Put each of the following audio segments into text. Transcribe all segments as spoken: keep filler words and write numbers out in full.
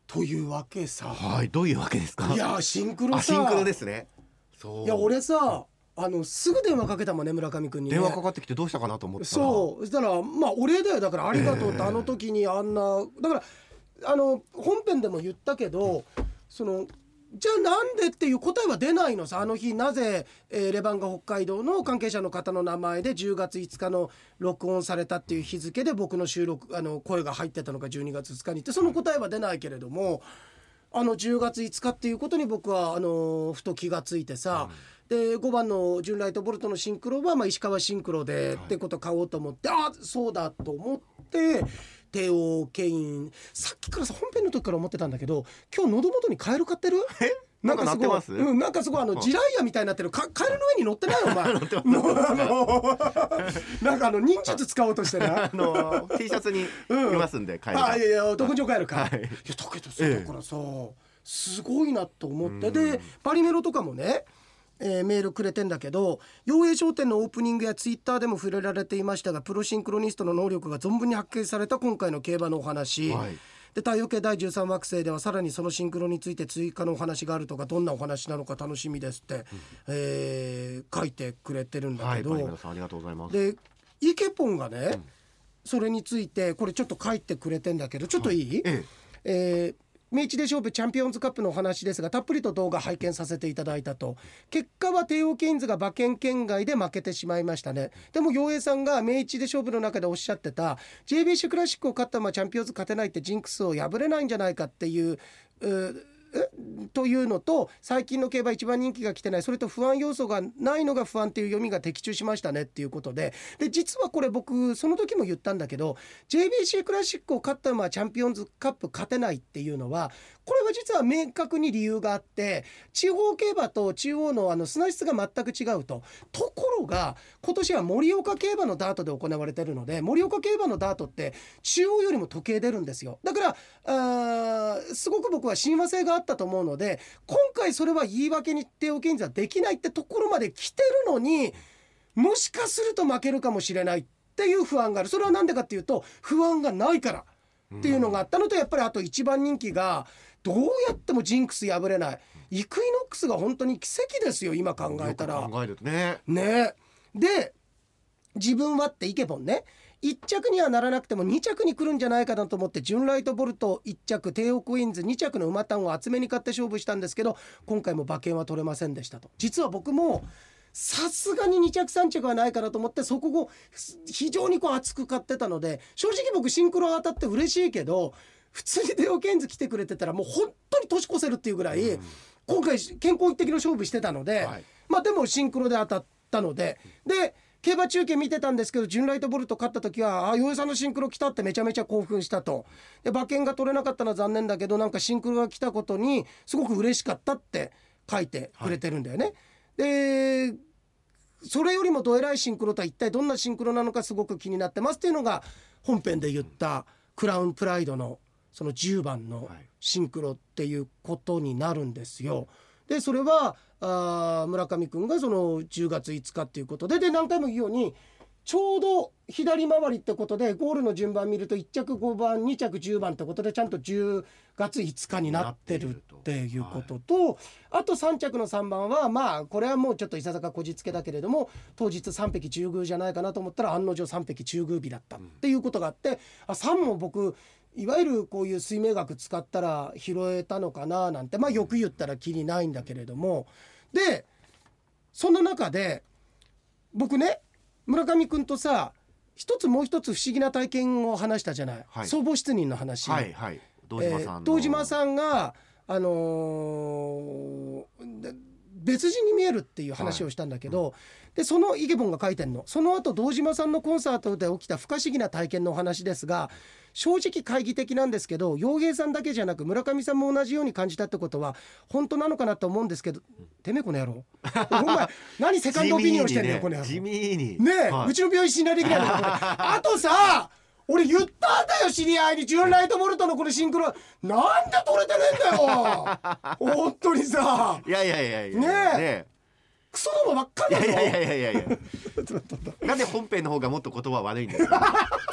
というわけさ。 はい、どういうわけですか。 いやシンクロさ、 あシンクロですね。そういや俺さあのすぐ電話かけたもんね村上くんにね。 電話かかってきてどうしたかなと思ってたら、 そうそしたらまあお礼だよ。だからありがとうって、えー、あの時にあんなだからあの本編でも言ったけど、うん、そのじゃあなんでっていう答えは出ないのさ。あの日なぜ、えー、レバンガ北海道の関係者の方の名前でじゅうがついつかの録音されたっていう日付で僕の収録あの声が入ってたのかじゅうにがつふつかにってその答えは出ないけれども、あのじゅうがついつかっていうことに僕はあのふと気がついてさ、うん、でごばんのジュンライトボルトのシンクロは、まあ、石川シンクロでってこと買おうと思って、はい、あそうだと思って帝王ケインさっきからさ本編の時から思ってたんだけど今日喉元にカエル飼ってる？ えなんかなってます？ うん、なんかすごいあのジライアみたいになってるカエルの上に乗ってないお前なんかあの忍術使おうとしてなあの T シャツにいますんで、うん、カエルが。 あいやいや特上カエルか、はい、いやだけどさ、 ええ、 だからさすごいなと思って、でパリメロとかもねえー、メールくれてんだけど、陽栄商店のオープニングやツイッターでも触れられていましたがプロシンクロニストの能力が存分に発揮された今回の競馬のお話、はい、で太陽系だいじゅうさん惑星ではさらにそのシンクロについて追加のお話があるとかどんなお話なのか楽しみですって、うんえー、書いてくれてるんだけど、 はい、パリさんありがとうございます。 でイケポンがね、うん、それについてこれちょっと書いてくれてんだけどちょっといい、はいえええー明治で勝負チャンピオンズカップのお話ですがたっぷりと動画拝見させていただいたと。結果は帝王ケインズが馬券圏外で負けてしまいましたね。でも陽栄さんが明治で勝負の中でおっしゃってた ジェイビーシー クラシックを勝ったままチャンピオンズ勝てないってジンクスを破れないんじゃないかっていう、うというのと最近の競馬一番人気が来てないそれと不安要素がないのが不安っていう読みが的中しましたねっていうことで、で実はこれ僕その時も言ったんだけど ジェイビーシー クラシックを勝ったままチャンピオンズカップ勝てないっていうのはこれは実は明確に理由があって地方競馬と中央のあの砂質が全く違うと。ところが今年は盛岡競馬のダートで行われているので盛岡競馬のダートって中央よりも時計出るんですよ。だからあすごく僕は親和性があったと思うので今回それは言い訳に帝王ケインズはできないってところまで来てるのにもしかすると負けるかもしれないっていう不安がある。それはなんでかっていうと不安がないからっていうのがあったのとやっぱりあと一番人気がどうやってもジンクス破れないイクイノックスが本当に奇跡ですよ今考えたら。 よく考えるとね。 ねで自分はってイケボンねいっ着にはならなくてもに着に来るんじゃないかなと思ってジュンライトボルトいっ着帝王クイーンズに着の馬単を厚めに買って勝負したんですけど今回も馬券は取れませんでしたと。実は僕もさすがにに着さん着はないかなと思ってそこを非常にこう熱く買ってたので正直僕シンクロ当たって嬉しいけど普通に帝王ケインズ来てくれてたらもう本当に年越せるっていうぐらい、うん、今回健康一滴の勝負してたので、はい、まあでもシンクロで当たったのでで競馬中継見てたんですけどジュンライトボルト勝った時はあ陽栄さんのシンクロ来たってめちゃめちゃ興奮したと。で馬券が取れなかったのは残念だけどなんかシンクロが来たことにすごく嬉しかったって書いてくれてるんだよね、はい、でそれよりもどえらいシンクロとは一体どんなシンクロなのかすごく気になってますっていうのが本編で言ったクラウンプライドのそのじゅうばんのシンクロっていうことになるんですよ。でそれはあ村上くんがそのじゅうがついつかっていうことでで何回も言うようにちょうど左回りってことでゴールの順番見るといっ着ごばんに着じゅうばんってことでちゃんとじゅうがついつかになってるっていうことと、はい、あとさん着のさんばんはまあこれはもうちょっといささかこじつけだけれども当日さん匹中宮じゃないかなと思ったら案の定さん匹中宮日だったっていうことがあって、うん、あさんも僕いわゆるこういう水明学使ったら拾えたのかななんてまあよく言ったらきりないんだけれどもでそんな中で僕ね村上くんとさ一つもう一つ不思議な体験を話したじゃない、はい、総合失認の話、 はいはい、堂島さんの、 えー、堂島さんが、あのー、別人に見えるっていう話をしたんだけど、はいうん、でそのイケボンが書いてんのその後堂島さんのコンサートで起きた不可思議な体験のお話ですが正直懐疑的なんですけど陽平さんだけじゃなく村上さんも同じように感じたってことは本当なのかなと思うんですけど、うん、てめえこの野郎お前何セカンドオピニオンしてんだよ、ね、この野郎地味にねえ、はい、うちの病院信頼できないんだよこれあとさ俺言ったんだよ知り合いにジュンライトボルトのこれシンクロなんで取れてねえんだよ本当にさいやいやいやいやねえ、ねクソどもばっかりだよいやいやいやいやいやなんで本編の方がもっと言葉悪いんだよ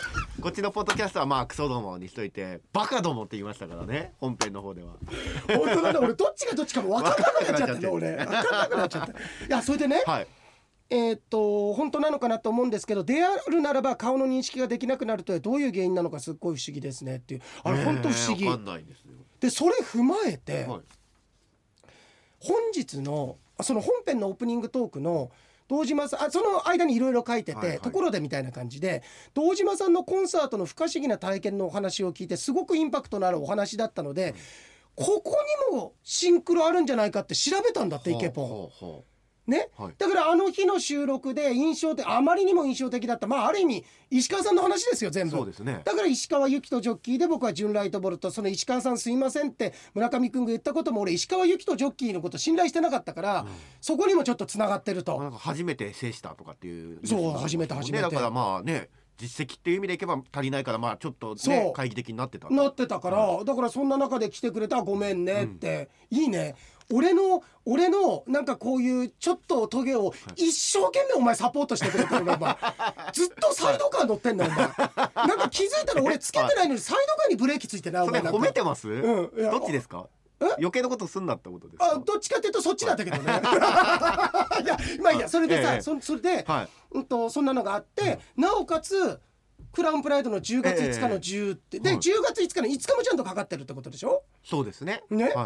こっちのポッドキャストはまあクソどもにしといてバカどもって言いましたからね、本編の方では。 本当だね、俺どっちがどっちかも分かんなくなっちゃったね俺分かんなくなっちゃった。いやそれでね、 はい、 えー、っと本当なのかなと思うんですけど、であるならば顔の認識ができなくなるとはどういう原因なのかすっごい不思議ですねっていう、あれ本当不思議、 えー、わかんないですよ。 でそれ踏まえて、 はい、 本日のその本編のオープニングトークの堂島さん、あその間にいろいろ書いてて、はいはい、ところでみたいな感じで堂島さんのコンサートの不可思議な体験のお話を聞いてすごくインパクトのあるお話だったので、うん、ここにもシンクロあるんじゃないかって調べたんだって、イケポン、ほうほうね、はい、だからあの日の収録で印象的、あまりにも印象的だった、まあある意味石川さんの話ですよ全部。 そうですね。 だから石川由紀とジョッキーで僕はジュンライトボルト、その石川さんすいませんって村上くんが言ったことも俺石川由紀とジョッキーのこと信頼してなかったから、うん、そこにもちょっとつながってると。 なんか初めて制したとかっていう、 そう、初めて初めて、 だからまあね実績っていう意味でいけば足りないから、まあちょっとね懐疑的になってたなってたから、うん、だからそんな中で来てくれたごめんねって、うん、いいね、俺の俺のなんかこういうちょっとトゲを一生懸命お前サポートしてくれてるの、お前ずっとサイドカー乗ってんだお前なんか気づいたら俺つけてないのにサイドカーにブレーキついてない、お前。 それ褒めてます、うん、どっちですか？余計なことすんなってことですか？ あ、どっちかっていうとそっちだったけどねいやまあいいや、それでさ、ええ、そ, それで、はい、うんとそんなのがあって、うん、なおかつクラウンプライドのじゅうがついつかのじゅうって、ええ、で、はい、じゅうがついつかのいつかもちゃんとかかってるってことでしょ？ そうですね。 ね、 はい、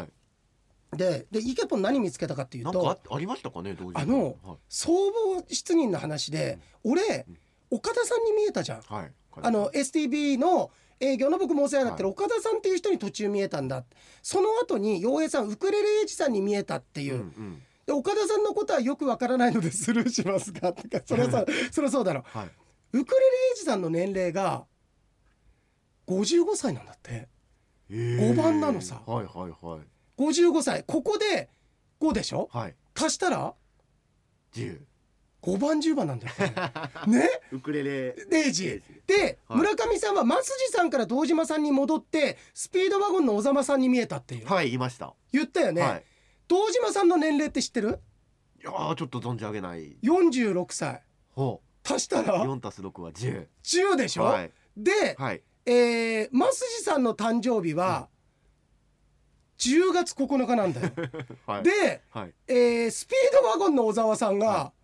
で, でイケポン何見つけたかっていうと、 なんか あ, ありましたかね、同時にあの、はい、総合失認の話で、うん、俺、うん、岡田さんに見えたじゃん、はい、あの エスティービー の営業の僕もお世話になってる岡田さんっていう人に途中見えたんだ、はい、その後に陽平さんウクレレエイジさんに見えたっていう、うんうん、で岡田さんのことはよくわからないのでスルーしますがとか、それはさそれはそうだろう、はい、ウクレレエイジさんの年齢がごじゅうごさいなんだって、えー、ごばんなのさ、 はいはいはい、 ごじゅうごさい、ここでごでしょ、 はい、 足したらじゅう、 ごばんじゅうばんなんだよねウクレレレイジで、はい、村上さんは増地さんから堂島さんに戻ってスピードワゴンの小沢さんに見えたっていう、 はい、いました、 言ったよね、はい、堂島さんの年齢って知ってる？ いやーちょっと存じ上げない。 よんじゅうろくさい、 ほう足したらよんたすろく はじゅう、 じゅうでしょ、はい、で、はい、えー、増地さんの誕生日はじゅうがつここのかなんだよ、はい、で、はい、えー、スピードワゴンの小沢さんが、はい、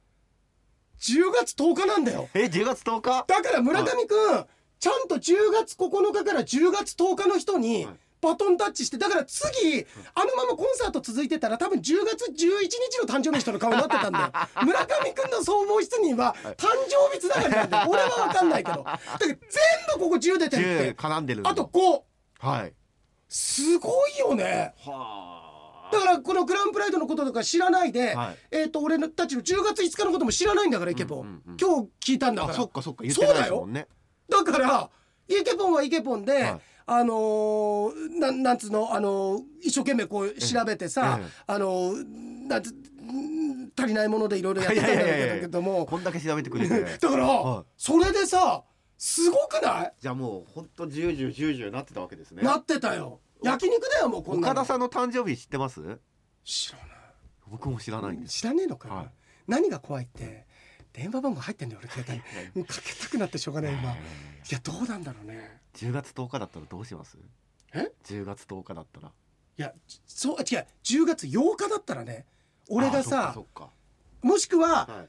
じゅうがつとおかなんだよ。 え、じゅうがつとおか？ だから村上くん、はい、ちゃんとじゅうがつここのかからじゅうがつとおかの人にバトンタッチして、だから次、はい、あのままコンサート続いてたら多分じゅうがつじゅういちにちの誕生日の人の顔になってたんだよ村上くんの総合失認は誕生日つながりなんだよ俺は分かんないけど、だけど全部ここじゅう出てるって、 絡んでる、 あとご、 はい、 すごいよね。はあ、だからこのクラウンプライドのこととか知らないで、はい、えー、と俺たちのじゅうがついつかのことも知らないんだから、イケポン、うんうんうん、今日聞いたんだから。 あ、そっかそっか、言ってないですもんね。 だからイケポンはイケポンで、はい、あのー、な, なんつうの、あのー、一生懸命こう調べてさ、ええ、あのー、なんつ足りないものでいろいろやってたんだけども、 こんだけ調べてくれてだから、はい、それでさすごくない？ じゃあもうほんとじゅうじゅうじゅうじゅうなってたわけですね。 なってたよ。焼肉だよもうこんなの。 岡田さんの誕生日知ってます？ 知らない。 僕も知らないんです。 知らねえのかよ、はい、何が怖いって電話番号入ってんだよ俺携帯にかけたくなってしょうがない今。いやどうなんだろうね。 じゅうがつとおかだったらどうします？ え？ じゅうがつとおかだったら、 いやそう違うじゅうがつようかだったらね、俺がさ、もしくは、はい、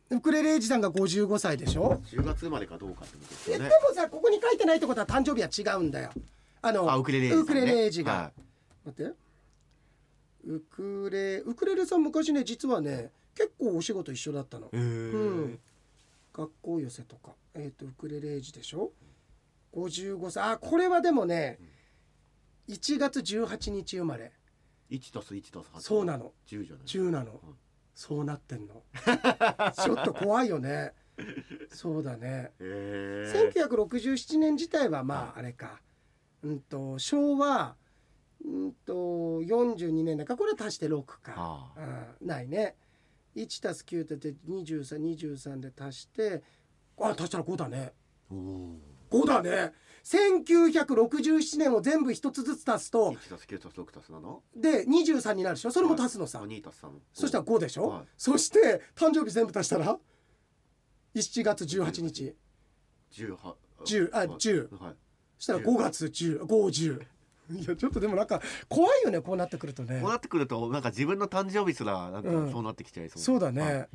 ウクレレエイジさんがごじゅうごさいでしょ。 じゅうがつ生まれかどうかってことですよね。 でもさここに書いてないってことは誕生日は違うんだよ。あのあウクレレエイジさんね、 ウクレレエイジが、はい、待って、ウクレウクレレさん昔ね実はね結構お仕事一緒だったの。 へー、うん、 学校寄せとか、えー、とウクレレエイジでしょ。ごじゅうごさい、あこれはでもね、うん、いちがつじゅうはちにち生まれ。 いちたすいちたすはち、 そうなの、 じゅうじゃない、 じゅうなの、うん、そうなってんのちょっと怖いよねそうだね。せんきゅうひゃくろくじゅうななねん自体はまああれか、うんと昭和うんとよんじゅうにねんだからこれ足してろくか、ああないね。いちたすきゅうってにじゅうさん、にじゅうさんで足してあ足したらごだね。 おごだね。せんきゅうひゃくろくじゅうななねんを全部一つずつ足すといちたすきゅうたすろくたすななでにじゅうさんになるでしょ。それも足すのさ、はい、 にたすさん、 そしたらごでしょ、はい、そして誕生日全部足したらしちがつじゅうはちにち、 じゅうはちじゅうあじゅう、 はい、 そしたらごがつじゅう、ご、じゅう、いやちょっとでもなんか怖いよね、こうなってくるとね。 こうなってくるとなんか自分の誕生日すらなんかうんそうなってきちゃいそう、 そうだね、 はい、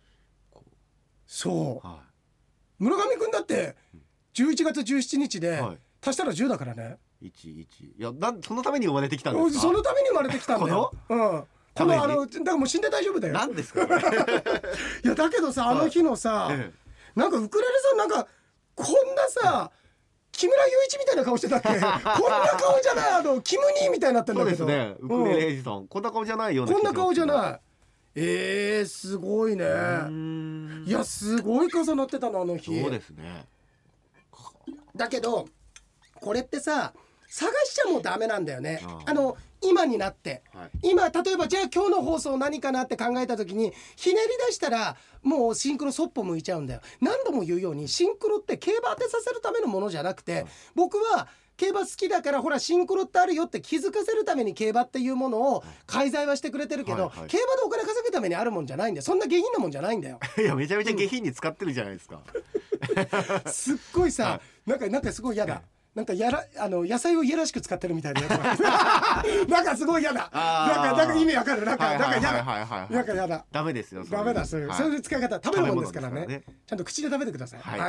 そう、 は村上くんだってじゅういちがつじゅうしちにちで、 はい、 足したらじゅうだからね。 いちいちいやなんそのために生まれてきたんですか。 そのために生まれてきたんだよ。この、うん、このあのだからもう死んで大丈夫だよ。 なんですかいやだけどさ、あの日のさ、 ええ、 なんかウクレレさんなんかこんなさ、木村雄一みたいな顔してたっけこんな顔じゃない、あのキムニーみたいになってんだけど。 そうですね、ウクレレエイジさん、うん、こんな顔じゃないようなこんな顔じゃい。 ない。えー、すごいね。いやすごい重なってたのあの日。 そうですね。 だけどこれってさ探しちゃもうダメなんだよね。 ああの今になって、 はい、 今例えばじゃあ今日の放送何かなって考えた時にひねり出したらもうシンクロそっぽ向いちゃうんだよ。何度も言うようにシンクロって競馬当てさせるためのものじゃなくて、はい、僕は競馬好きだからほらシンクロってあるよって気づかせるために競馬っていうものを介在はしてくれてるけど、はいはい、競馬でお金稼ぐためにあるもんじゃないんだよ。そんな下品なもんじゃないんだよ。 いやめちゃめちゃ下品に使ってるじゃないですか、 うん、すっごいさ、はい、なんかなんかすごい嫌だ。なんかやらあの野菜をいやらしく使ってるみたいななんかすごい嫌だ。なんかなんか意味わかる。なんかなんか嫌だ。なんか嫌だ。 ダメですよ。 ダメだ。そういう、はい、そういう使い方食べるもんですからね。ちゃんと口で食べてください。はい。はい、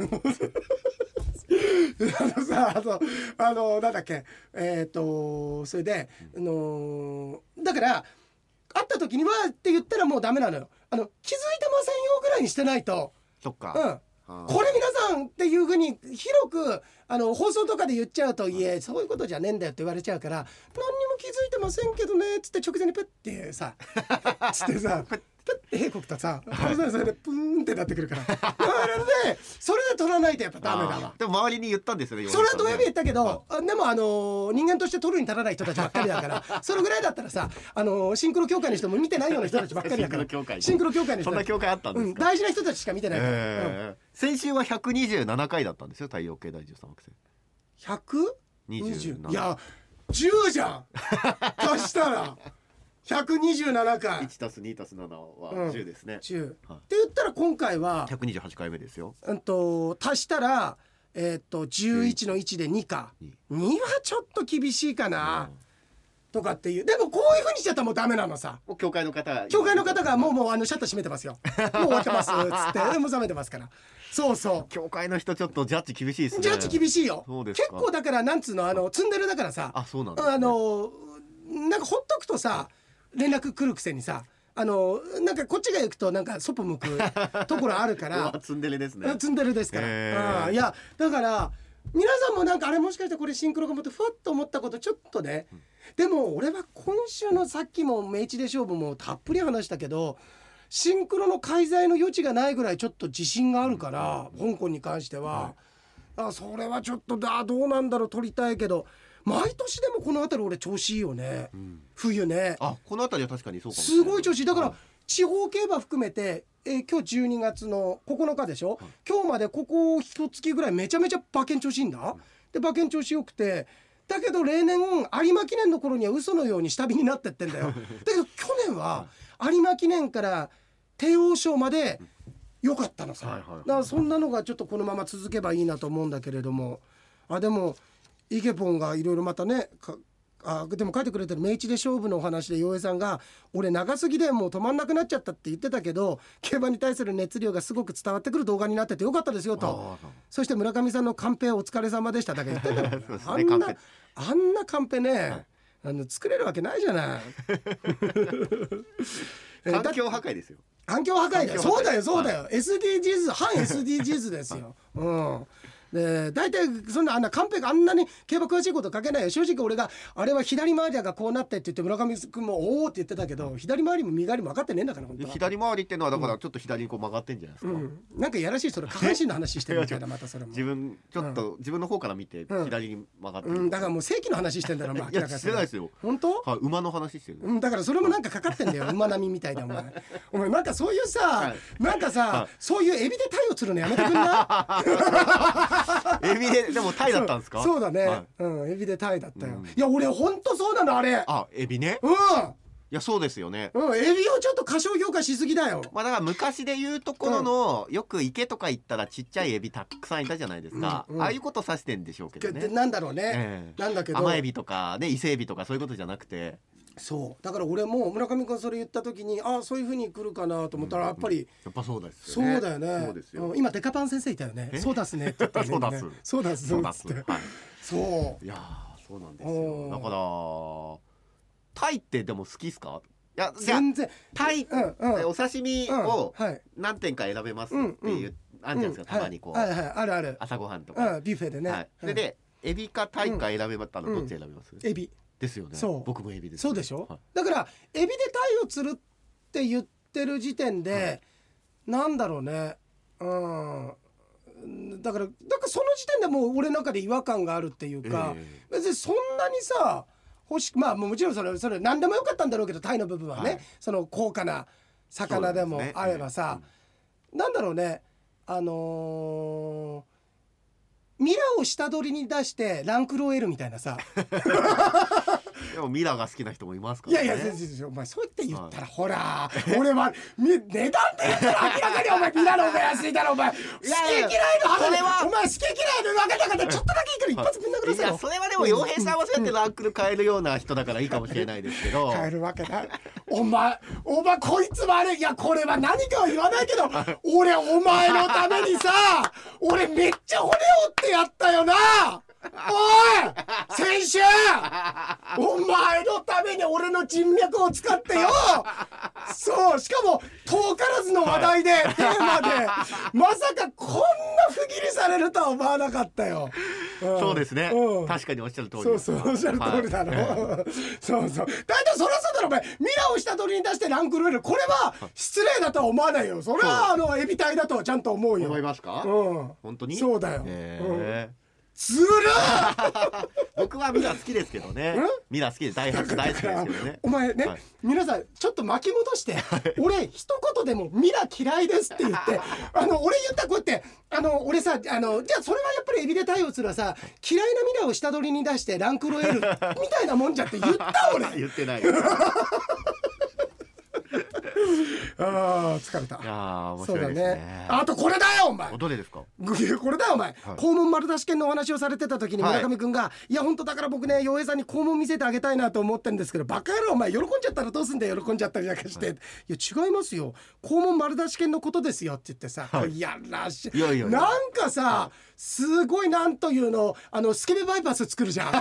あのさあとあのなんだっけえっ、ー、とそれであのだから会った時にはって言ったらもうダメなのよ。あの気づいてませんよぐらいにしてないと。 そっか。 うん。これ皆さんっていう風に広くあの放送とかで言っちゃうと、いえそういうことじゃねえんだよって言われちゃうから、何にも気づいてませんけどねっつって直前にプッてさつってさプッて平国とさそれでプーンってなってくるからあれでそれで取らないとやっぱダメだわ。 でも周りに言ったんですよね。 それは土曜日言ったけど、でもあの人間として取るに足らない人たちばっかりだからそれぐらいだったらさ、あのシンクロ協会の人も見てないような人たちばっかりだからシンクロ協会シンクロ協会の人そんな協会あったんですか、 うん、大事な人たちしか見てないから、 えーうん、先週はひゃくにじゅうななかいだったんですよ、太陽系第じゅうさん惑星。 ひゃくにじゅうにじゅうなな。 いやじゅうじゃん足したらひゃくにじゅうななかい いちたすにたすなな はじゅうですね、うん、じゅう、はい、って言ったら今回はひゃくにじゅうはちかいめですよ。 うんと足したらえー、っとじゅういちのいちでにか、にはちょっと厳しいかな、うん、とかっていう。でもこういう風にしちゃったらもうダメなのさ。 もう教会の方教会の方がもうもうあのシャッター閉めてますよもう終わってますっつってもう冷めてますから。そうそう、 教会の人ちょっとジャッジ厳しいですね。 ジャッジ厳しいよ。 そうですか。 結構だからなんつうのあの積んでるだからさ。 あ、そうなんですね。 あのなんかほっとくとさ連絡来るくせにさ、あのなんかこっちが行くとなんかそっぽ向くところあるからツンデレですね。 ツンデレですから、あいやだから皆さんもなんかあれもしかしてこれシンクロかもってふわっと思ったことちょっとね、うん、でも俺は今週のさっきも明治で勝負もたっぷり話したけどシンクロの介在の余地がないぐらいちょっと自信があるから、うん、香港に関しては、はい、あそれはちょっとだどうなんだろう取りたいけど毎年でもこの辺り俺調子いいよね、うん、冬ね。 あこの辺りは確かにそうかもしれない。 すごい調子いいだから、はい、地方競馬含めてえー、今日じゅうにがつのここのかでしょ、はい、今日までここ一月ぐらいめちゃめちゃ馬券調子いいんだ、うん、で馬券調子よくてだけど例年有馬記念の頃には嘘のように下火になってってんだよだけど去年は有馬記念から帝王賞まで良かったのさ、はいはいはい、だからそんなのがちょっとこのまま続けばいいなと思うんだけれども、あでもイケポンがいろいろまたねかあでも書いてくれてる明治で勝負のお話で陽平さんが俺長すぎでもう止まんなくなっちゃったって言ってたけど競馬に対する熱量がすごく伝わってくる動画になっててよかったですよと。そして村上さんのカンペお疲れ様でしただけ言ってたよ、ね、あんなあんなカンペね、はい、あの作れるわけないじゃない環境破壊ですよ。 環境破壊だよ。そうだよそうだよ、はい、エスディージーズ 反 エスディージーズ ですよ、うんで大体そんなあんなカンペがあんなに競馬詳しいこと書けないよ。正直俺があれは左回りだがこうなってって言って村上君もおおって言ってたけど左回りも右回りも分かってねえんだから本当は。 左回りっていうのはだからちょっと左にこう曲がってんじゃないですか、うん、 なんかやらしいそれ下半身の話してるみたいなまたそれも自分ちょっと、うん、自分の方から見て左に曲がってる、 うん、だからもう正規の話してんだろ明らかに。 いやしてないですよ本当、 はい、馬の話してる、 うん、だからそれもなんかかかってんだよ馬並みみたいなお前お前なんかそういうさ、はい、なんかさ、はい、そういうエビでタイを釣るのやめてくんなエビででもタイだったんですか。 そうだね、はい、うん、エビでタイだったよ、うん、いや俺ほんとそうなのあれ。 あエビね。 うんいやそうですよね、 うん、エビをちょっと過小評価しすぎだよ。 まあだから昔で言うところの、うん、よく池とか行ったらちっちゃいエビたくさんいたじゃないですか、うんうん、ああいうこと指してんでしょうけどね。 なんだろうね、 えー、 なんだけど甘エビとかね伊勢エビとかそういうことじゃなくて、 そうだから俺も村上君それ言った時にあそういう風に来るかなと思ったらやっぱり、うんうん、 やっぱそうですよね。 そうだよね。そうですよ、うん、今デカパン先生いたよね。そうだすねって言ったね。 そうだすそうだすそうだす、はい、 そういやそうなんですよ。だからタイってでも好きっすか？いや全然タイ、うんうん、お刺身を何点か選べますっていう、うん、あるじゃないですか、たまにこう、 はいはいはい、あるある朝ごはんとか、 うん、ビュッフェでね、 はい、それでエビかタイか選べたらどっち選びます？ エビですよね。 そう僕もエビです、ね、 そうでしょ、 はい、 だからエビでタイを釣るって言ってる時点で、はい、なんだろうね、うんだからだからその時点でもう俺の中で違和感があるっていうか、えー、別にそんなにさ欲しまあもちろんそれそれ何でもよかったんだろうけどタイの部分はね、はい、その高価な魚でもあればさ、ねえー、なんだろうねあのーミラを下取りに出してランクロを得るみたいなさでもミラが好きな人もいますからね。 いやいやお前そうやって言ったら、はい、ほら俺は値段で言ったら明らかにお前ミラの方が安いだろお前好き嫌いの話お前好き嫌いの分けた方ちょっとだけいいから一発ぶん殴らせろ。 いやそれはでも洋平さんはそうやってランクル変えるような人だからいいかもしれないですけど変えるわけだお前お前こいつもあれいやこれは何かは言わないけど俺お前のためにさ俺めっちゃ骨折ってやったよなおい先週お前のために俺の人脈を使ってよそうしかも遠からずの話題で、はい、テーマでまさかこんな不義理されるとは思わなかったよ、 うん、そうですね、うん、確かにおっしゃる通りそうそうおっしゃる通りだろ、はい、そうそうだいたいそりゃそうだろお前ミラを下取りに出してランクルールこれは失礼だとは思わないよそれはあのエビ体だとはちゃんと思うよ思いますか、 うん、 本当にそうだよ、 えーうんずる僕はミラ好きですけどねミラ好きでダイハツ大好きですけどねお前ね、はい、皆さんちょっと巻き戻して、はい、俺一言でもミラ嫌いですって言ってあの俺言ったこうやってあの俺さあのじゃあそれはやっぱりエビで対応するはさ嫌いなミラを下取りに出してランクロエルみたいなもんじゃって言った俺言ってないあー疲れた。 いやー面白いですね。 そうだね。あとこれだよお前。 どれですか。 これだよお前、はい、肛門丸出し券のお話をされてた時に村上くんが、はい、いや本当だから僕ね洋平さんに肛門見せてあげたいなと思ってるんですけどバカ野郎お前喜んじゃったらどうすんだよ喜んじゃったりなんかして、はい、いや違いますよ肛門丸出し券のことですよって言ってさ、はい、いやらしい。いやいやいやなんかさ、はい、すごいなんというのあのスケベバイパス作るじゃん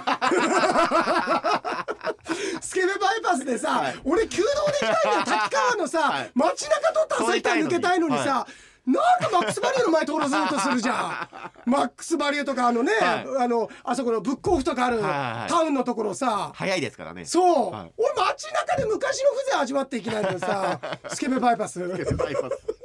スケベバイパスでさ、はい、俺弓道で行きたいんだよ滝川のさ、はい、街中とったら抜けたいのにさ、はい、なんかマックスバリューの前通らせようとするじゃんマックスバリューとかあのね、はい、あのあそこのブックオフとかある、はいはい、タウンのところさ早いですからね。 そう、はい、俺街中で昔の風情味わっていきないんだよさスケベバイパススケベバイパス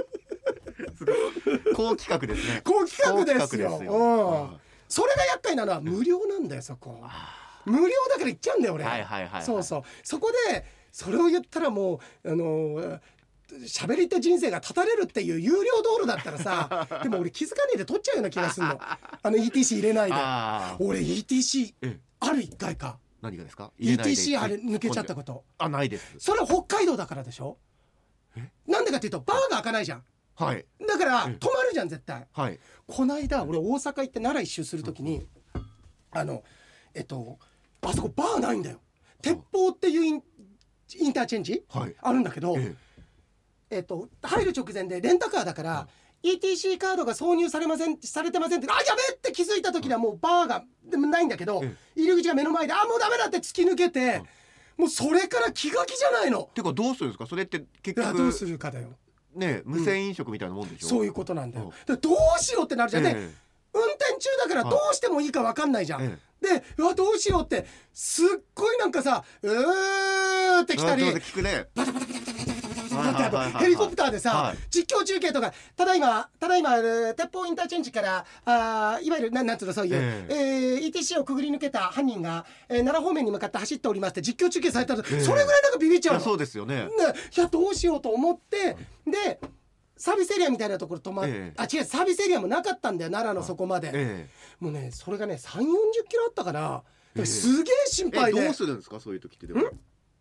高企画ですね。 高企画ですよ。ですよ、うん、それが厄介なのは無料なんだよそこ。無料だから行っちゃうんだよ俺、 はいはいはいはい、 そうそうそこでそれを言ったらもうあの喋り手人生が絶たれるっていう有料道路だったらさでも俺気づかねえで取っちゃうような気がするのあの イーティーシー 入れないで俺 イーティーシー ある一回か。 何がですか。 イーティーシー あれ抜けちゃったこと。 あないです。 それは北海道だからでしょ。なんでかっていうとバーが開かないじゃん。 はい、 だから止まるじゃん絶対、 はい、 こないだ俺大阪行って奈良一周するときに、うん、あのえっとあそこバーないんだよ。鉄砲っていうイン、インターチェンジ、はい、あるんだけど、えええっと入る直前でレンタカーだから、はい、イーティーシー カードが挿入されませんされてませんってあやべえって気づいた時にはもうバーがでもないんだけど、ええ、入り口が目の前であもうダメだって突き抜けて、はい、もうそれから気が気じゃないの。 てかどうするんですかそれって結局。 どうするかだよね、無銭飲食みたいなもんでしょ、 うん、そういうことなんだよ、うん、でどうしようってなるじゃん、ええ、で運転中だからどうしてもいいか分かんないじゃん、ええ、でうわどうしようってすっごいなんかさうーってきたり聞くねバタバタバタバタバタバタバタヘリコプターでさ、はい、実況中継とかただいまただいま鉄砲インターチェンジからあいわゆるな ん, なんつうのそういう、えええー、イーティーシー をくぐり抜けた犯人が、えー、奈良方面に向かって走っておりますって実況中継されたら、ええ、それぐらいなんかビビっちゃうの。 いやそうですよね。 いやどうしようと思ってでサービスエリアみたいなところ止まっ、ええ、あ違うサービスエリアもなかったんだよ奈良のそこまで、ええ、もうねそれがねさんじゅうよんじゅっキロあったかな、ええ、すげえ心配で、 えどうするんですかそういう時ってでも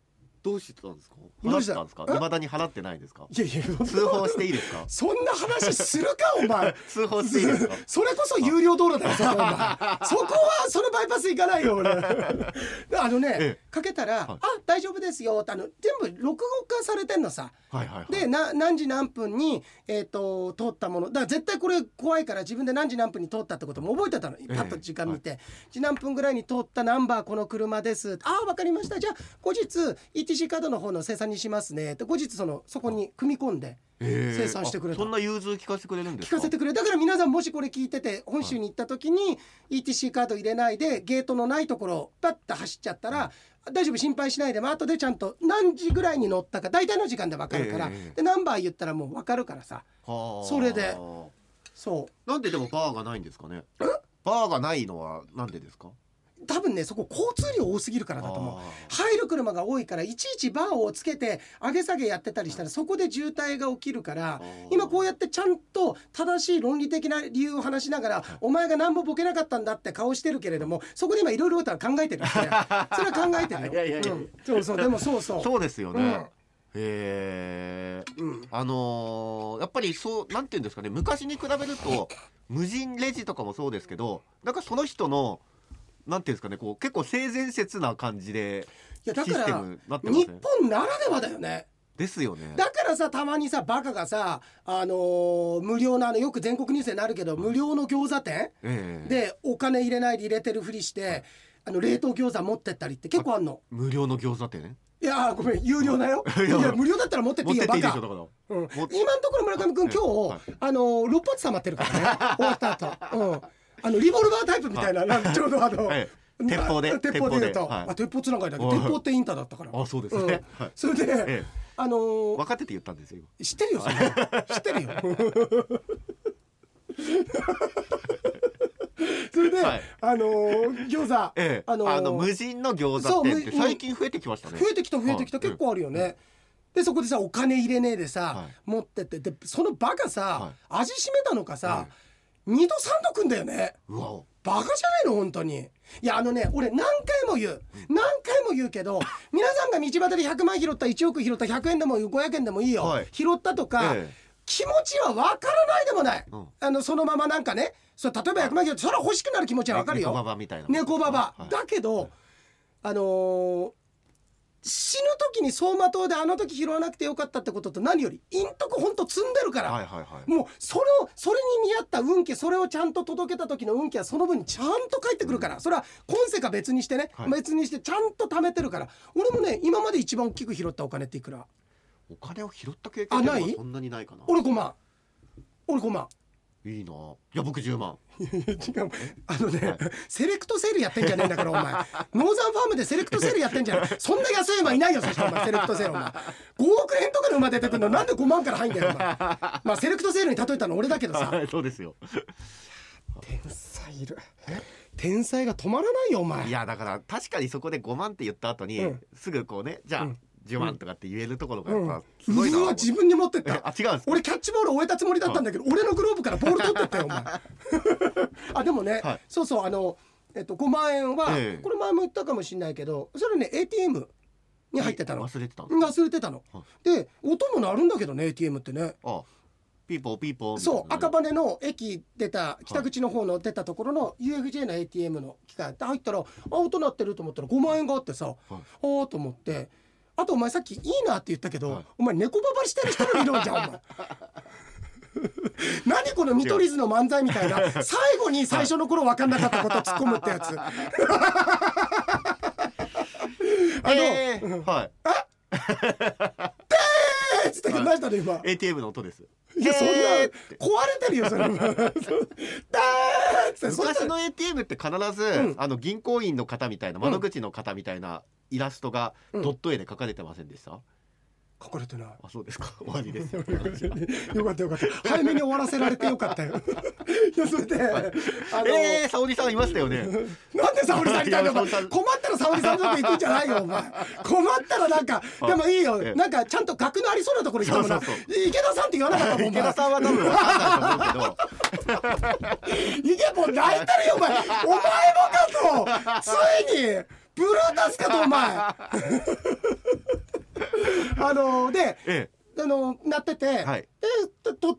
どうしてたんですか？ どうした払ったんですか？未だに払ってないですか？ いやいや通報していいですか？ そんな話するかお前通報していいですか？ それこそ有料道路だよそこお前そこはそのバイパス行かないよ俺あのね、ええ、かけたら、はい、あ大丈夫ですよってあの全部録画化されてんのさ、 はいはいはい、 でな何時何分に、えー、と通ったものだから絶対これ怖いから自分で何時何分に通ったってことも覚えてたの、パッと時間見て、ええはい、時何分ぐらいに通ったナンバーこの車ですああ分かりましたじゃあ後日 イーティーシー カードの方の精算にしますねって後日そのそこに組み込んで生産してくれた、 そんな融通聞かせてくれるんですか？ 聞かせてくれる。だから皆さんもしこれ聞いてて本州に行った時に、はい、イーティーシー カード入れないでゲートのないところをパッと走っちゃったら、うん、大丈夫心配しないで、まあ後でちゃんと何時ぐらいに乗ったか大体の時間で分かるから、えー、でナンバー言ったらもう分かるからさ、それでそうなんででもバーがないんですかね？バーがないのはなんでですか？ 多分ねそこ交通量多すぎるからだと思う。入る車が多いからいちいちバーをつけて上げ下げやってたりしたらそこで渋滞が起きるから、今こうやってちゃんと正しい論理的な理由を話しながらお前が何もボケなかったんだって顔してるけれども、そこで今いろいろ考えてるそれは考えてるよいやいやいや、うん、そうそうでもそうそうそうですよね、うん、へえ、うん、あのー、やっぱりそうなんていうんですかね、昔に比べると無人レジとかもそうですけどなんかその人のなんていうんですかね、こう結構性善説な感じでシステムなってますね。 日本ならではだよね。 ですよね。 だからさたまにさバカがさ、あのー、無料のあのよく全国ニュースになるけど、うん、無料の餃子店、えー、でお金入れないで入れてるふりして、はい、あの冷凍餃子持ってったりって結構あんの。 無料の餃子店？ いやごめん有料だよいや無料だったら持ってっていいよバカ。うん、今のところ村上君今日、はい、あのー、ろっぱつ溜まってるからね終わった後、うんあのリボルバータイプみたいな、はい、ちょうどあの、はい、 鉄砲で鉄砲で言うと、はい、あ鉄砲つながりだけど鉄砲ってインターだったから。 あそうですね、 うんはい、それで、ええ、あのー、 分かってて言ったんですよ今。 知ってるよそれ知ってるよそれで、はい、あのー、餃子、 ええ、あのー、あの無人の餃子店って最近増えてきましたね。 増えてきた増えてきた、はい、結構あるよね、うん、でそこでさお金入れねえでさ、はい、持ってってでそのバカさ、はい、味しめたのかさ、はいにどさんどくんだよね。うわバカじゃないの本当に。いやあのね俺何回も言う何回も言うけど皆さんが道端でひゃくまん拾ったいちおく拾ったひゃくえんでもごひゃくえんでもいいよ、はい、拾ったとか、ええ、気持ちは分からないでもない、うん、あのそのままなんかねそれ例えばひゃくまん拾ってそれは欲しくなる気持ちは分かるよ。 猫ババみたいな猫ババ、はい、だけど、はい、あのー死ぬ時に走馬灯であの時拾わなくてよかったってことと何よりイントコほんと積んでるから、はいはいはい、もうそれをそれに見合った運気それをちゃんと届けた時の運気はその分にちゃんと返ってくるから、うん、それは今世か別にしてね、はい、別にしてちゃんと貯めてるから。俺もね今まで一番大きく拾ったお金っていくら？ お金を拾った経験はそんなにないかな。 俺ごまん俺ごまんいいな。いや僕じゅうまん違うあのね、はい、セレクトセールやってんじゃねえんだからお前ノーザンファームでセレクトセールやってんじゃないそんな安い馬いないよ。そしてお前セレクトセールお前ごおくえんとかで馬出てくるのなんでごまんから入んだよお前まあセレクトセールに例えたの俺だけどさそうですよ天才いる天才が止まらないよお前。 いやだから確かにそこでごまんって言った後に、うん、すぐこうねじゃあ、うんじゅうまんとかって言えるところがやっぱすごいな、 うん、うわ自分に持ってった。 あ違うんです。 俺キャッチボール終えたつもりだったんだけど、うん、俺のグローブからボール取ってったよお前あでもね、はい、そうそうあの、えっと、ごまんえんは、えー、これ前も言ったかもしれないけどそれね エーティーエム に入ってたの。 忘れてたの忘れてたの、はい、で音も鳴るんだけどね エーティーエム ってね。 あピーポーピーポー、ね、 そう赤羽の駅出た北口の方の出たところの ユーエフジェー の エーティーエム の機械って入ったらあ音鳴ってると思ったらごまんえんがあってさ、はい、あーと思ってあとお前さっきいいなって言ったけど、はい、お前猫ババしてる人の理論じゃんお前何この見取り図の漫才みたいな最後に最初の頃分かんなかったこと突っ込むってやつあの、 えー、はいあでーっつって何したの今エーティーエム の音です。 いやそんな壊れてるよそれだーっつって昔の エーティーエム って必ず、うん、あの銀行員の方みたいな窓口の方みたいなイラストがドット絵で描かれてませんでした？うん、 書かれてない。 あそうですか終わりですよよかったよかった早めに終わらせられてよかったよいやそれで、はい、 あのえー、沙織さんいましたよねなんで沙織さんいたんだよ困ったら沙織さんのとこ行くんじゃないよお前困ったらなんかでもいいよ、ええ、なんかちゃんと額のありそうなところ行ってもな池田さんって言わなかったもん。 池田さんは多分分かんないと思うけどいけもう泣いてるよお前お前もかとついにブルータスかとお前あので、 ええあのなってて、はい、で取って、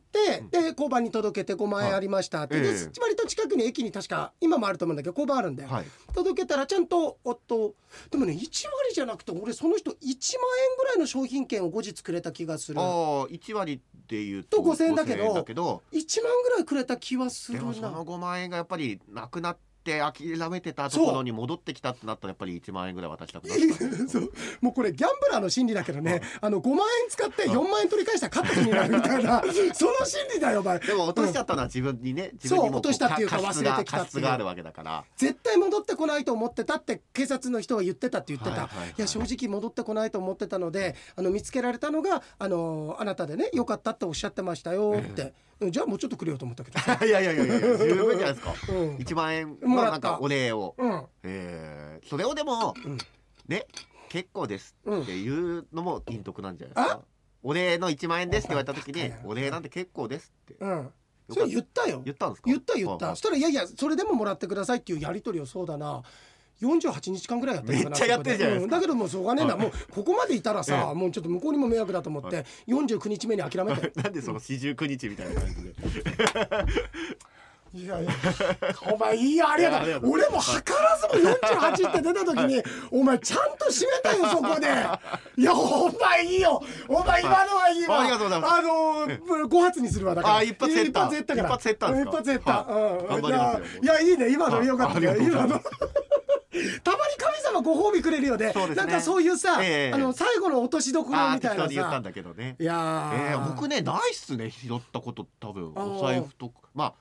で交番に届けてごまんえんありましたって、はい、で割と近くに駅に確か今もあると思うんだけど交番あるんだよ、はい、届けたらちゃんとおっとでもねいち割じゃなくて俺その人いちまんえんぐらいの商品券を後日くれた気がする。 ああいち割っていうとごせんえんだけどだけどいちまんぐらいくれた気はするな。 でもそのごまんえんがやっぱりなくなってで諦めてたところに戻ってきたってなったらやっぱりいちまんえんぐらい渡したくなったそうもうこれギャンブラーの心理だけどね、あのごまんえん使ってよんまんえん取り返したら勝った気になるみたいなその心理だよお前。 でも落としちゃったのは自分にね、うん、自分にもそう落としたっていうか忘れてきたっていう過失があるわけだから絶対戻ってこないと思ってたって警察の人は言ってたって言ってた、はいはいはい、いや正直戻ってこないと思ってたのであの見つけられたのがあのあなたでねよかったっておっしゃってましたよって、えー、じゃあもうちょっとくれよと思ったけどいやいやいやいや十分じゃないですか、うん、いちまんえんのなんかお礼を、うんえー、それをでも、うん、ね結構ですっていうのも陰徳なんじゃないですか、うん、お礼のいちまんえんですって言われた時にお礼なんて結構ですって、うん、 それ言ったよ言ったんですか。 言った言った、そしたらいやいやそれでももらってくださいっていうやり取りをそうだなよんじゅうはちにちかんぐらいやってるかな。 めっちゃやってるじゃないですか、 うん、だけどもうしょうがねえな、はい、もうここまでいたらさ、ええ、もうちょっと向こうにも迷惑だと思って、はい、よんじゅうくにちめに諦めてなんでその四十九日みたいな感じでいやいやお前いいよありがとう。俺も図らずもよんじゅうはちって出た時にお前ちゃんと締めたよそこでいやお前いいよお前今のはいいわ、 はい、ありがとうございます。 あのー、ご発にするわだからあ一発減った一発減ったから一発減ったんですか。 一発減った、はいうん、 頑張りますよ。 いやいいね今のよかったね今のたまに神様ご褒美くれるよね。そうですね、なんかそういうさ、えー、あの最後の落としどころみたいなさ。 言ったんだけどね。 いや、 えー、僕ねないっすね拾ったこと多分お財布とかま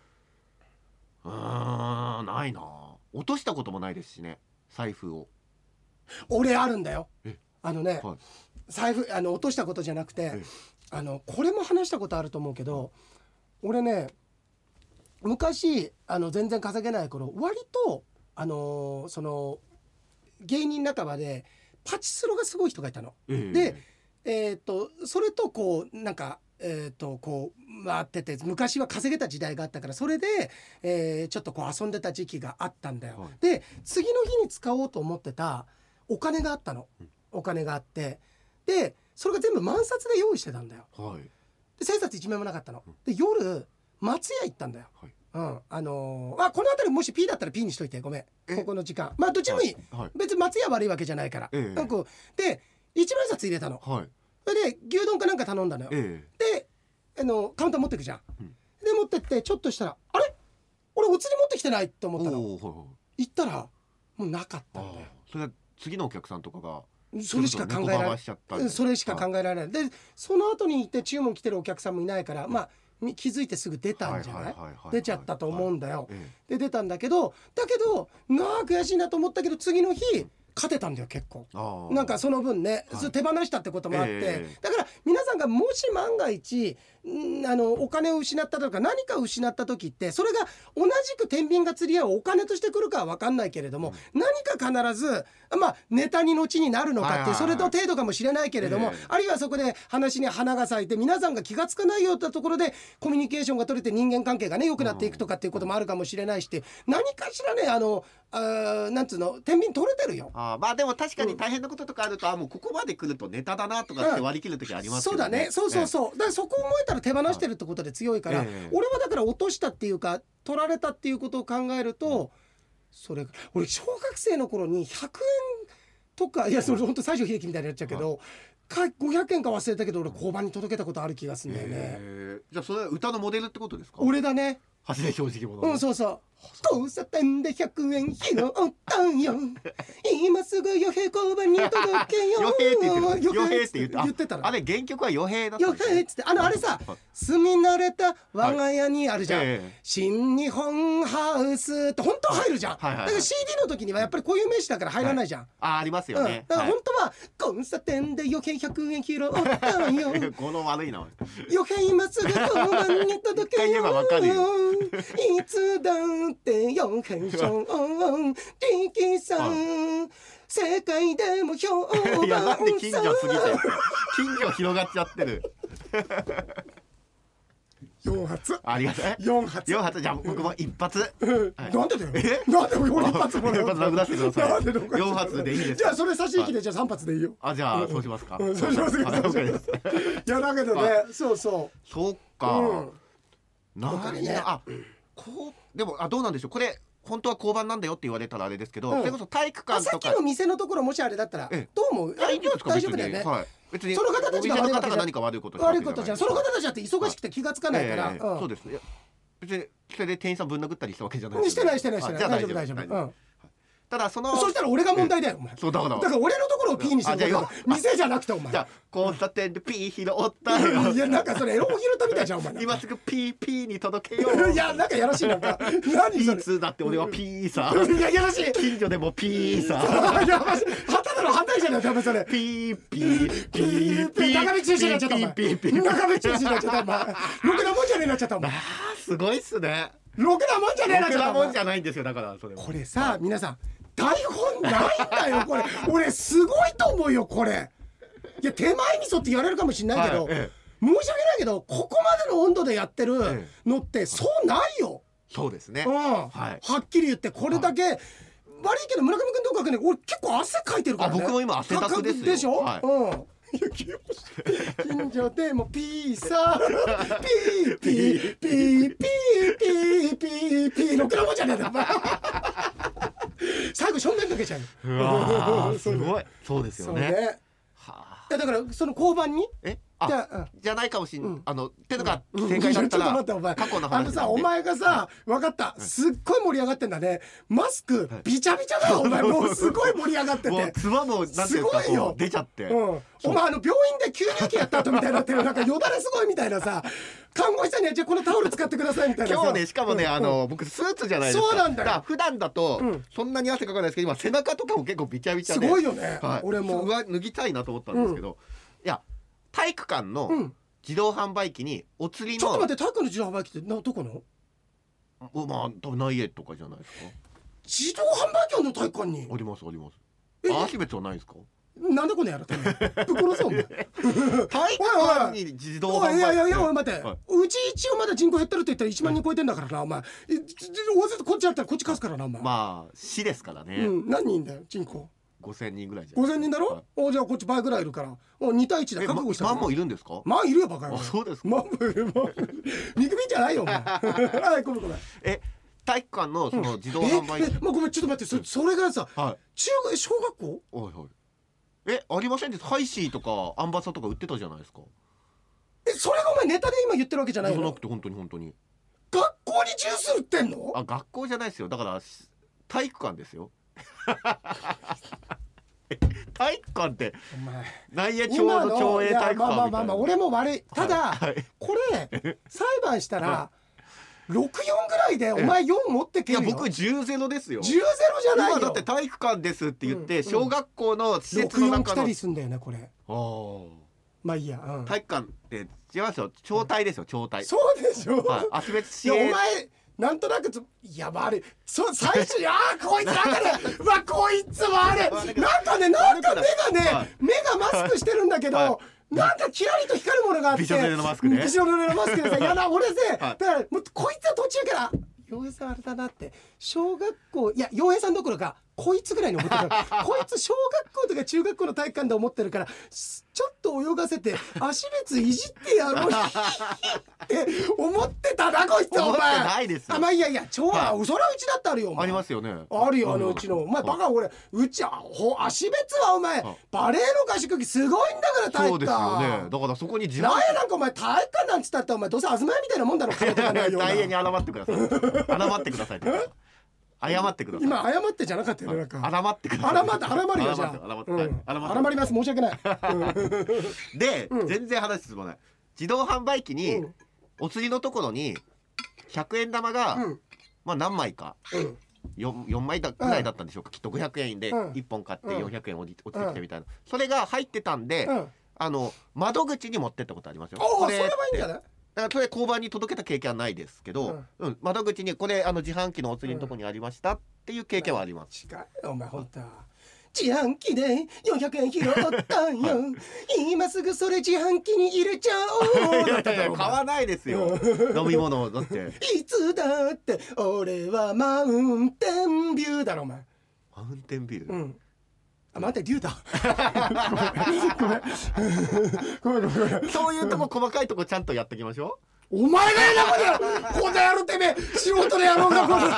あうーんないな落としたこともないですしね財布を。 俺あるんだよあのね、はい、財布あの落としたことじゃなくてあのこれも話したことあると思うけど俺ね昔あの全然稼げない頃割とあのー、その芸人仲間でパチスロがすごい人がいたの、えー、で、えー、とそれとこうなんか、えー、とこう回ってて昔は稼げた時代があったからそれで、えー、ちょっとこう遊んでた時期があったんだよ、はい、で次の日に使おうと思ってたお金があったの、うん、お金があってでそれが全部万札で用意してたんだよ、はい、で千冊一枚もなかったので夜松屋行ったんだよ、はいうん、あのー、あこの辺りもし P だったら P にしといてごめんここの時間まあどっちもいい、はいはい、別に松屋悪いわけじゃないから、ええ、なんかで一万円札入れたの、はい、それで牛丼かなんか頼んだのよ、ええ、であのカウンター持ってくじゃん、うん、で持ってってちょっとしたらあれ俺お釣り持ってきてないと思ったの行ったらもうなかったんだよ。 それは次のお客さんとかがそれしか考えられないそれしか考えられないでその後に行って注文来てるお客さんもいないから、うん、まあ気づいてすぐ出たんじゃない出ちゃったと思うんだよ、はいはい、で出たんだけどだけどなあ悔しいなと思ったけど次の日勝てたんだよ結構なんかその分ね、はい、手放したってこともあって、えー、だから皆さんがもし万が一んあのお金を失ったとか何かを失った時ってそれが同じく天秤が釣り合うお金としてくるかは分かんないけれども、うん、何か必ずまあネタに後になるのかっていうそれと程度かもしれないけれども、えー、あるいはそこで話に花が咲いて皆さんが気がつかないようなところでコミュニケーションが取れて人間関係がね良くなっていくとかっていうこともあるかもしれないしって何かしらねあのあなんつうの天秤取れてるよ。 あまあでも確かに大変なこととかあると、うん、あもうここまで来るとネタだなとかって割り切る時ありますけどね、うん、そうだねそうそうそう、えー、だからそこ思えたら手放してるってことで強いから、えー、俺はだから落としたっていうか取られたっていうことを考えると、うん、それ俺小学生の頃にひゃくえんとかいやそれ本当最初悲劇みたいになっちゃうけど、はい、かごひゃくえんか忘れたけど俺交番に届けたことある気がするんだよね、 えー、じゃあそれは歌のモデルってことですか。 俺だね橋で正直者うんそうそう交差点でひゃくえん拾ったんよ今すぐ与兵交番に届けよ与兵って言ってる与兵って言って言ってたらあれ原曲は与兵だった与兵っつってあのあれさ住み慣れた我が家にあるじゃん、はいえー、新日本ハウスって本当は入るじゃん、はいはいはいはい、だから シーディー の時にはやっぱりこういう名詞だから入らないじゃん、はい、 あありますよね、 うん、だから本当は、はい、交差点で余計ひゃくえん拾ったんよこの悪いな余計今すぐ交番に届けよいつだって余計賞力さん世界でも評判さいやなんで近所すぎて近所広がっちゃってるよん発。 ありがとう。 よん発。 よん発じゃあ僕も一発。 なんでだよ。え？なんで俺一発もらう？ 一発殴らせてください。よん発でいいです。 じゃあそれ差し引きでじゃあさん発でいいよ。 あ、じゃあそうしますか。そうしますか。いやだけどね、そうそう。 そうか。なんであ、こうでもあどうなんでしょう。これ本当は交番なんだよって言われたらあれですけど、それこそ体育館とか。さっきの店のところもしあれだったらどう思う？大丈夫だよね。別にその方たちが悪いわけじゃ何か悪いこと悪いことじゃん。その方たちだって忙しくて気がつかないから。 そうですね。別にそれで店員さんぶん殴ったりしたわけじゃない。 してないしてないしてない。大丈夫大丈夫。ただそのそしたら俺が問題だよ。 そうだからだから俺のところを P にしてる。店じゃなくてお前。 じゃあ交差点で P 拾ったよ。 いやなんかそれエロ本拾ったみたいじゃんお前。 今すぐ ピーピー に届けよう。 いやなんかやらしいなんか。何それ。 いつだって俺は P さ。 いややらしい。 近所でも P さ。 やばしい。旗の反対じゃない多分それ。 ピーピーピーピー。 中道中止になっちゃったお前。中道中止になっちゃったお前。ろくなもんじゃねえなっちゃったお前。 すごいっすね。 ろくなもんじゃねえなっちゃった。 ろくなもんじゃないんですよだからそれ。これさ皆さん。台本ないんだよこれ。俺すごいと思うよこれ。いや手前味噌って言われるかもしれないけど、はいええ、申し訳ないけどここまでの温度でやってるのってそうないよ。 そうですね、 うんはい、はっきり言ってこれだけ、はい、悪いけど村上君どうかね俺結構汗かいてるからね。 あ僕も今汗だくですよ。 でしょ、 はい、 うん近所でもピーサーピーピーピーピーピーピーピーろくなもんじゃねえんだ最後正面かけちゃう。 うわすごい。そうですよね。 ねはあ、だからその交番にえあじゃ、うん、じゃないかもしんない、うん、あのってのが正解だったら、うん、ちょっと待ってお前過去の話あのさお前がさ分かったすっごい盛り上がってんだね。マスクビチャビチャだよお前もうすごい盛り上がっててもうつばもなんていうんですかすごいよ出ちゃって、うん、 お前あの病院で吸入器やった後みたいになってるなんかよだれすごいみたいなさ看護師さんにはじゃあこのタオル使ってくださいみたいな今日ねしかもね、うん、あの僕スーツじゃないですか。 そうなんだよ。 普段だと、うん、そんなに汗かかないですけど今背中とかも結構ビチャビチャですごいよね、はい、俺も脱ぎたいなと思ったんですけど、うん、いや体育館の自動販売機にお釣りの、 ちょっと待って体育館の自動販売機ってなどこのまあ多分内江とかじゃないですか。 自動販売機あるの体育館に。 ありますあります。アーシベツはないですか。 なんでこんなやろってぶっ殺そうお前体育館に自動販売機。 いやいやいや待って、はい、うち一応まだ人口減ってるって言ったらいちまん人超えてんだからなお前。大勢こっちだったらこっち貸すからなお前。 まあ市ですからね、 うん、何人だよ人口。 ごせんにんぐらいじゃごせんにんだろ、はい、おじゃあこっち倍ぐらいいるからおに対いちで覚悟したら。 マンもいるんですか。 マンいるよバカよ。 あそうですか。 マンもいる見くびんじゃないよお前はいごめんごめん。 え体育館のその自動販売機、 うん、ええ、まあ、ごめんちょっと待って そ, それがさ、はい、中学小学校おいおいえありませんでハイシーとかアンバサとか売ってたじゃないですか。 えそれがお前ネタで今言ってるわけじゃないの。 じゃなくて本当に本当に学校にジュース売ってんの。 あ学校じゃないですよだから体育館ですよ体育館って内野町の町営体育館みたいな。まあまあまあまあ俺も悪い。ただ、はいはい、これ裁判したらろくよんぐらいでお前よん持ってけるよ。 いや僕じゅうゼロですよ。 じゅうゼロじゃないよ。 今だって体育館ですって言って、うん、小学校の施設の中のろくよん来たりすんだよねこれ。 あまあいいや、うん、 体育館って違いますよ。町体ですよ町体。 そうでしょ。 はい、アスベス市営。いやお前なんとなくいや悪いそ最初にあーこいつなんかねうわこいつ悪いなんかねなんか目がね目がマスクしてるんだけど、はい、なんかキラリと光るものがあってびしょ濡れのマスクね。 びしょ濡れのマスクでさやだ俺せ、はい、だからもうこいつは途中から洋平さんあれだなって小学校いや洋平さんどころかこいつぐらいに思ってるこいつ小学校とか中学校の体育館で思ってるからちょっと泳がせて足別いじってやろうって思ってたなこいつお前。 思ってないですよ。 あまあいやいや超は嘘らうちだってあるよお前。 ありますよね。 あるよあのうちのお前バカ俺うちほ足別はお前バレエの合宿着すごいんだから体育館。 そうですよね。だからそこに自分なんやなんかお前体育館なんつったってお前どうせ東屋みたいなもんだろ金とかないような。 大変に謝ってください謝ってください謝ってください。 今謝ってじゃなかったよねなんか。 謝ってください。 謝って謝るよじゃあ。謝って謝って謝ります申し訳ない。 で全然話進まない。自動販売機にお釣りのところにひゃくえん玉がまあ何枚か 4, よんまいぐらいだったんでしょうか。きっとごひゃくえんでいっぽん買ってよんひゃくえん落ちてきてみたいなそれが入ってたんであの窓口に持ってったことありますよ。 これそれはいいんじゃない。 だからそれ交番に届けた経験はないですけど、うんうん、窓口にこれあの自販機のお釣りのところにありましたっていう経験はあります。 違うよお前本当。 自販機でよんひゃくえん拾ったんよ今すぐそれ自販機に入れちゃおういやいやいや買わないですよ飲み物だっていつだって俺はマウンテンビューだろお前マウンテンビュー、 うんあ、待って、デューだごめんごめんごめんごめんそういうとこ細かいとこちゃんとやっていきましょうお前がやなこれこんなやろてめえ仕事でやろうかこれこ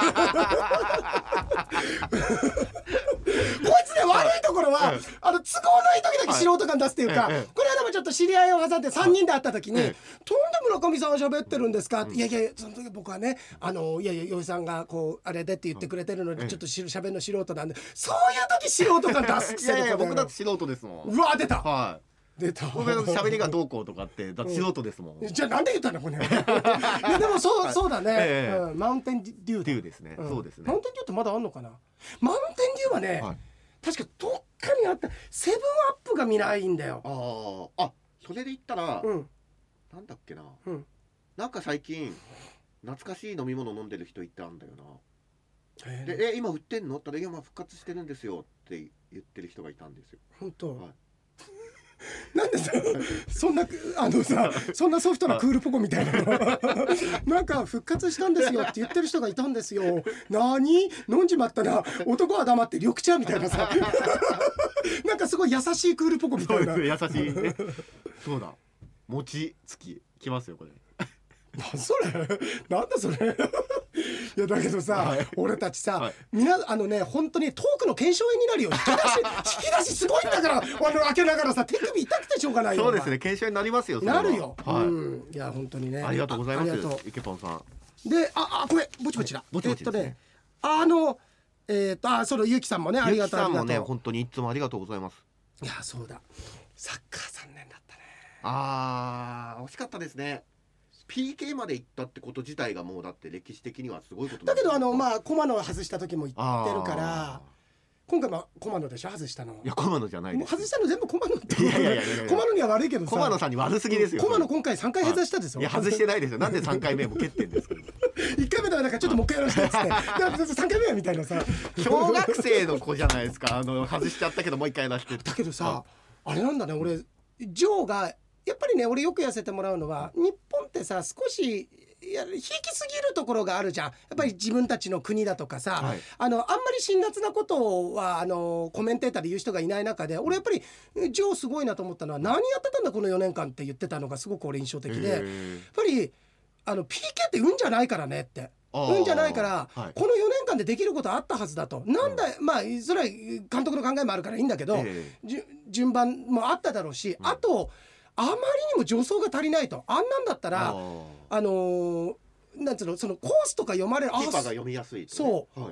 いつね悪いところは、うん、あの都合のいい時だけ素人感出すっていうか、はい、これはでもちょっと知り合いを挟んでさんにんで会った時に、はい、とんで村上さんは喋ってるんですか、うん、いやいやその時僕はねあのいやいやよいさんがこうあれでって言ってくれてるのにちょっとしゃべるの素人なんでそういう時素人感出すくせにいやいや僕だって素人ですもんうわ出たはい出た僕の喋りがどうこうとかってだって素人ですもん、 うん、じゃあなんで言ったんだこれいやでもそう、そうだね、ええうん、マウンテンデューデューですね、うん、そうですねマウンテンデューってまだあんのかなマウンテンデューはね、はい、確かどっかにあったセブンアップが見ないんだよああそれで言ったら、うん、なんだっけな、うん、なんか最近懐かしい飲み物飲んでる人いたんだよなでえ今売ってんのって言ったら今復活してるんですよって言ってる人がいたんですよ本当、はいなんでさそんなあのさそんなソフトなクールポコみたいなのなんか復活したんですよって言ってる人がいたんですよ何飲んじまったな男は黙って緑茶みたいなさなんかすごい優しいクールポコみたいなそうです優しい、ね、そうだ餅つききますよこれなんそれなんだそれいやだけどさ、はい、俺たちさ、はい、みなあのね本当にトークの検証員になるよ引き出し引き出しすごいんだからあの開けながらさ手首痛くてしょうがないよそうですね検証になりますよなるよ、はい、うん、いや本当にねありがとうございますイケポンさんでああこれぼちぼちだぼちぼちですね、えっとねあのえー、っとあそのゆきさんもねありがとうゆきさんもね本当にいつもありがとうございますいやそうだサッカーさんねんだったねあー惜しかったですねピーケー まで行ったってこと自体がもうだって歴史的にはすごいことだけどあのまあ駒野外した時も言ってるから今回も駒野でしょ外したのいや駒野じゃないです外したの全部駒野っていやいやいや駒野には悪いけどさ駒野さんに悪すぎですよ駒野今回さんかい外したですよいや外してないですよなんでさんかいめも蹴ってんですかいっかいめだからなんかちょっともう一回やらせてっつってさんかいめはみたいなさ小学生の子じゃないですかあの外しちゃったけどもう一回やらせてだけどさあれなんだね俺ジョーがやっぱりね俺よく痩せてもらうのは日本ってさ少しいや引きすぎるところがあるじゃんやっぱり自分たちの国だとかさ、はい、あのあんまり辛辣なことはあのコメンテーターで言う人がいない中で俺やっぱりジョーすごいなと思ったのは何やってたんだこのよねんかんって言ってたのがすごく俺印象的でやっぱりあの ピーケー って運じゃないからねって運じゃないから、はい、このよねんかんでできることあったはずだとなんだ、うん、まあそれは監督の考えもあるからいいんだけど、順番もあっただろうし、うん、あとあまりにも助走が足りないとあんなんだったらあのー、なんつうのそのコースとか読まれるキーパーが読みやすい、ね、 そう、はいはい、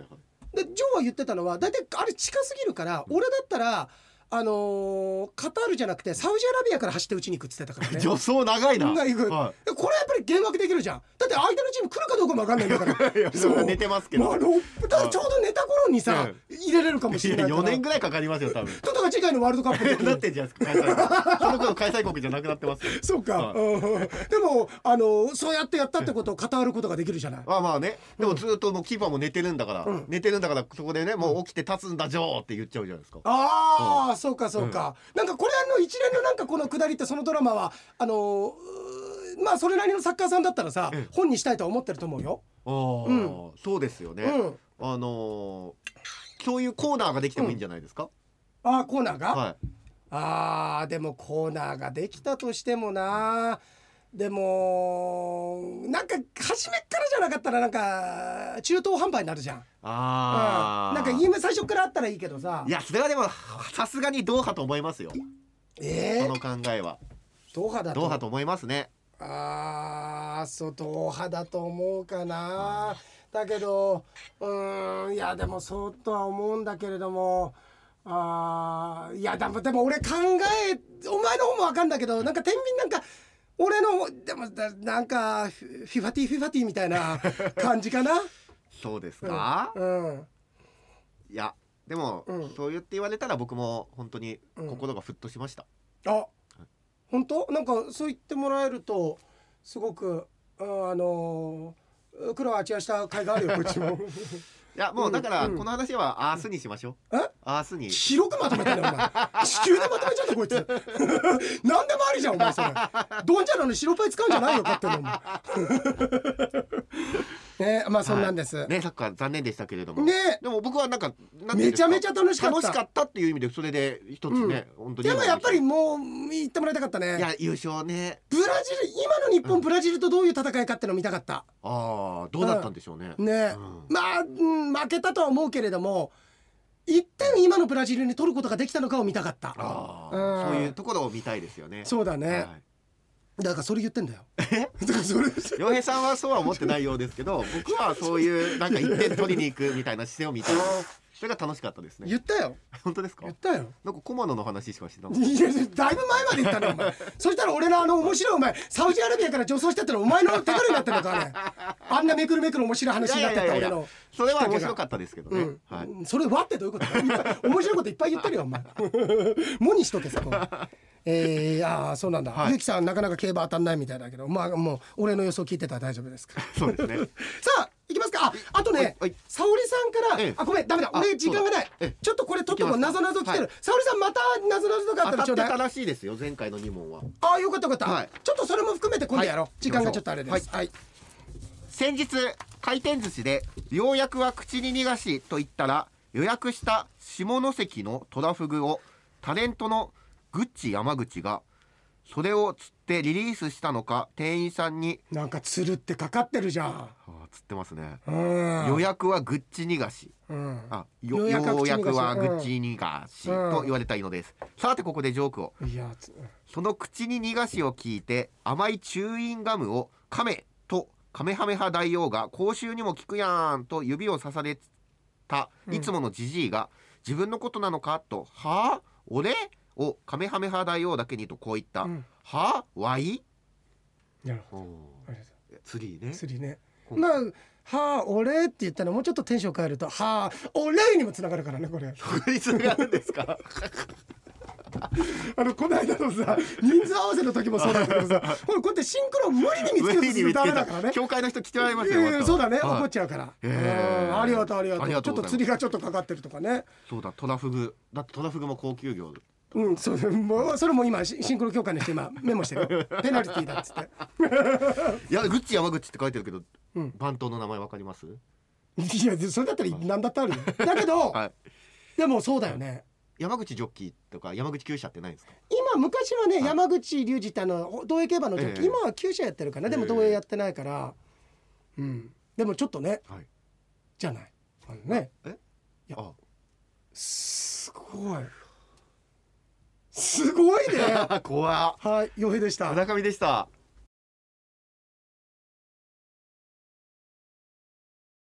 でジョーは言ってたのはだいたいあれ近すぎるから、うん、俺だったらあのー、カタールじゃなくてサウジアラビアから走って打ちに行くって言ってたからね助走長いな、 はい、これやっぱり幻惑できるじゃんだって相手のチーム来るかどうかも分かんないんだからいやそう寝てますけど、まあ、 だからちょうど寝た頃にさ、入れれるかもしれないからよねんぐらいかかりますよ多分ととか次回のワールドカップなってんじゃないですか開催その頃開催国じゃなくなってますそうか、はい、うん、でもあのそうやってやったってことを語ることができるじゃないまあまあねでもずっともうキーパーも寝てるんだから、うん、寝てるんだからそこでねもう起きて立つんだジョーって言っちゃうじゃないですかああ、うん、そうかそうか、うん、なんかこれあの一連のなんかこの下りってそのドラマはあのまあそれなりのサッカーさんだったらさ、うん、本にしたいとは思ってると思うよあ、うん、そうですよね、うん、あのー、そういうコーナーができてもいいんじゃないですか、 うん、あコーナーが、 はい、 あーでもコーナーができたとしてもなでもなんか初めっからじゃなかったらなんか中途半端になるじゃんあ、 うん、なんか今最初からあったらいいけどさいやそれはでもさすがにドーハと思いますよえー、 その考えはドーハだとドーハと思いますねあーそうドーハだと思うかなだけどうーんいやでもそうとは思うんだけれどもあーいやでもでも俺考えお前の方も分かんだけどなんか天秤なんか俺のでもなんかフィファティフィファティみたいな感じかなそうですか、 うんうん、 いやでも、うん、そう言って言われたら僕も本当に心がふっとしました、 うん、あ、はい、本当なんかそう言ってもらえるとすごくあのクロアチアした甲斐があるよこっちもいやもうだからこの話は明日にしましょう。 え明日に広くまとめたねお前地球でまとめちゃったこいつ何でもありじゃんお前それドンジャラの白パイ使うんじゃないよかってんのお前ね、まあそんなんです、 はい、ねサッカー残念でしたけれどもね。 でも僕はなんかなんめちゃめちゃ楽しかった楽しかったっていう意味でそれで一つね、うん、本当にでもやっぱりもう言ってもらいたかったね。 いや優勝ね。 ブラジル今の日本、うん、ブラジルとどういう戦いかってのを見たかった。 ああどうだったんでしょうね、 うん、ね、うん、まあ、うん、負けたとは思うけれどもいってん今のブラジルに取ることができたのかを見たかった。 あ、うん、そういうところを見たいですよね。 そうだね、はい、だからそれ言ってんだよ。 え洋平さんはそうは思ってないようですけど僕はそういうなんかいってん取りに行くみたいな姿勢を見たそれが楽しかったですね。 言ったよ。 本当ですか。 言ったよ。 なんか駒野の話しかしてたの。 いやだいぶ前まで言ったのお前そしたら俺のあの面白いお前サウジアラビアから女装してったのお前の手軽になってるのかねあんなめくるめくる面白い話になってた俺の。 それは面白かったですけどね、うんはい、それはってどういうこと面白いこといっぱい言ってるよお前もにしとけそこえー、ああそうなんだ、はい、ゆきさんなかなか競馬当たんないみたいだけどまあもう俺の予想聞いてたら大丈夫ですからそうですねさあ行きますか。あ、あとね沙織さんから、ええ、あごめんダメだ俺時間がないちょっとこれ取っとこう謎々来てる沙織さんまた謎々とかあったらちょうだい。 当たってたらしいですよ前回のに問は。 ああよかったよかった、はい、ちょっとそれも含めて今度やろう、はい、時間がちょっとあれです、はいはい、 先日回転寿司でようやくは口に逃がしと言ったら予約した下関のトラフグをタレントのグッチ山口がそれを釣ってリリースしたのか店員さんになんか釣るってかかってるじゃん。 はあ、釣ってますね。予約はグッチ逃がし、うん、あよようやくはグッチ逃がしと言われたいのです、うん、さてここでジョークを。いやその口に逃がしを聞いて甘いチューインガムを噛めとカメハメハ大王が口臭にも効くやんと指を刺されたいつものジジイが、うん、自分のことなのかとはあ俺をカメハメハ大王だけにとこう言った、うん、はあワイなるほど釣りね釣りねまあはあ俺って言ったらもうちょっとテンション変えるとはあ俺にもつながるからねこれそこにつながるんですかあのこの間のさ人数合わせの時もそうだけどさこれこうやってシンクロ無理に見つけるとダメだからね。 教会の人来てもらいますよ、 えー、そうだね、はい、怒っちゃうから、えー、ありがとうありがとうちょっと釣りがちょっとかかってるとかね。 そうだトラフグだってトラフグも高級魚うん、そうもうそれも今シンクロ協会の人今メモしてるペナルティーだっつっていやグッチ山口って書いてるけど、うん、番頭の名前わかります？ いやそれだったら何だってあるよだけど、はい、でもそうだよね。 山口ジョッキーとか山口厩舎ってないんですか？ 今昔はね、はい、山口隆二ってあの東映競馬のジョッキー、えー、今は厩舎やってるかな、でも東映やってないから、えー、うんでもちょっとね、はい、じゃないあのねえいやあすごいすごいね怖はい、洋平でした。 村上でした。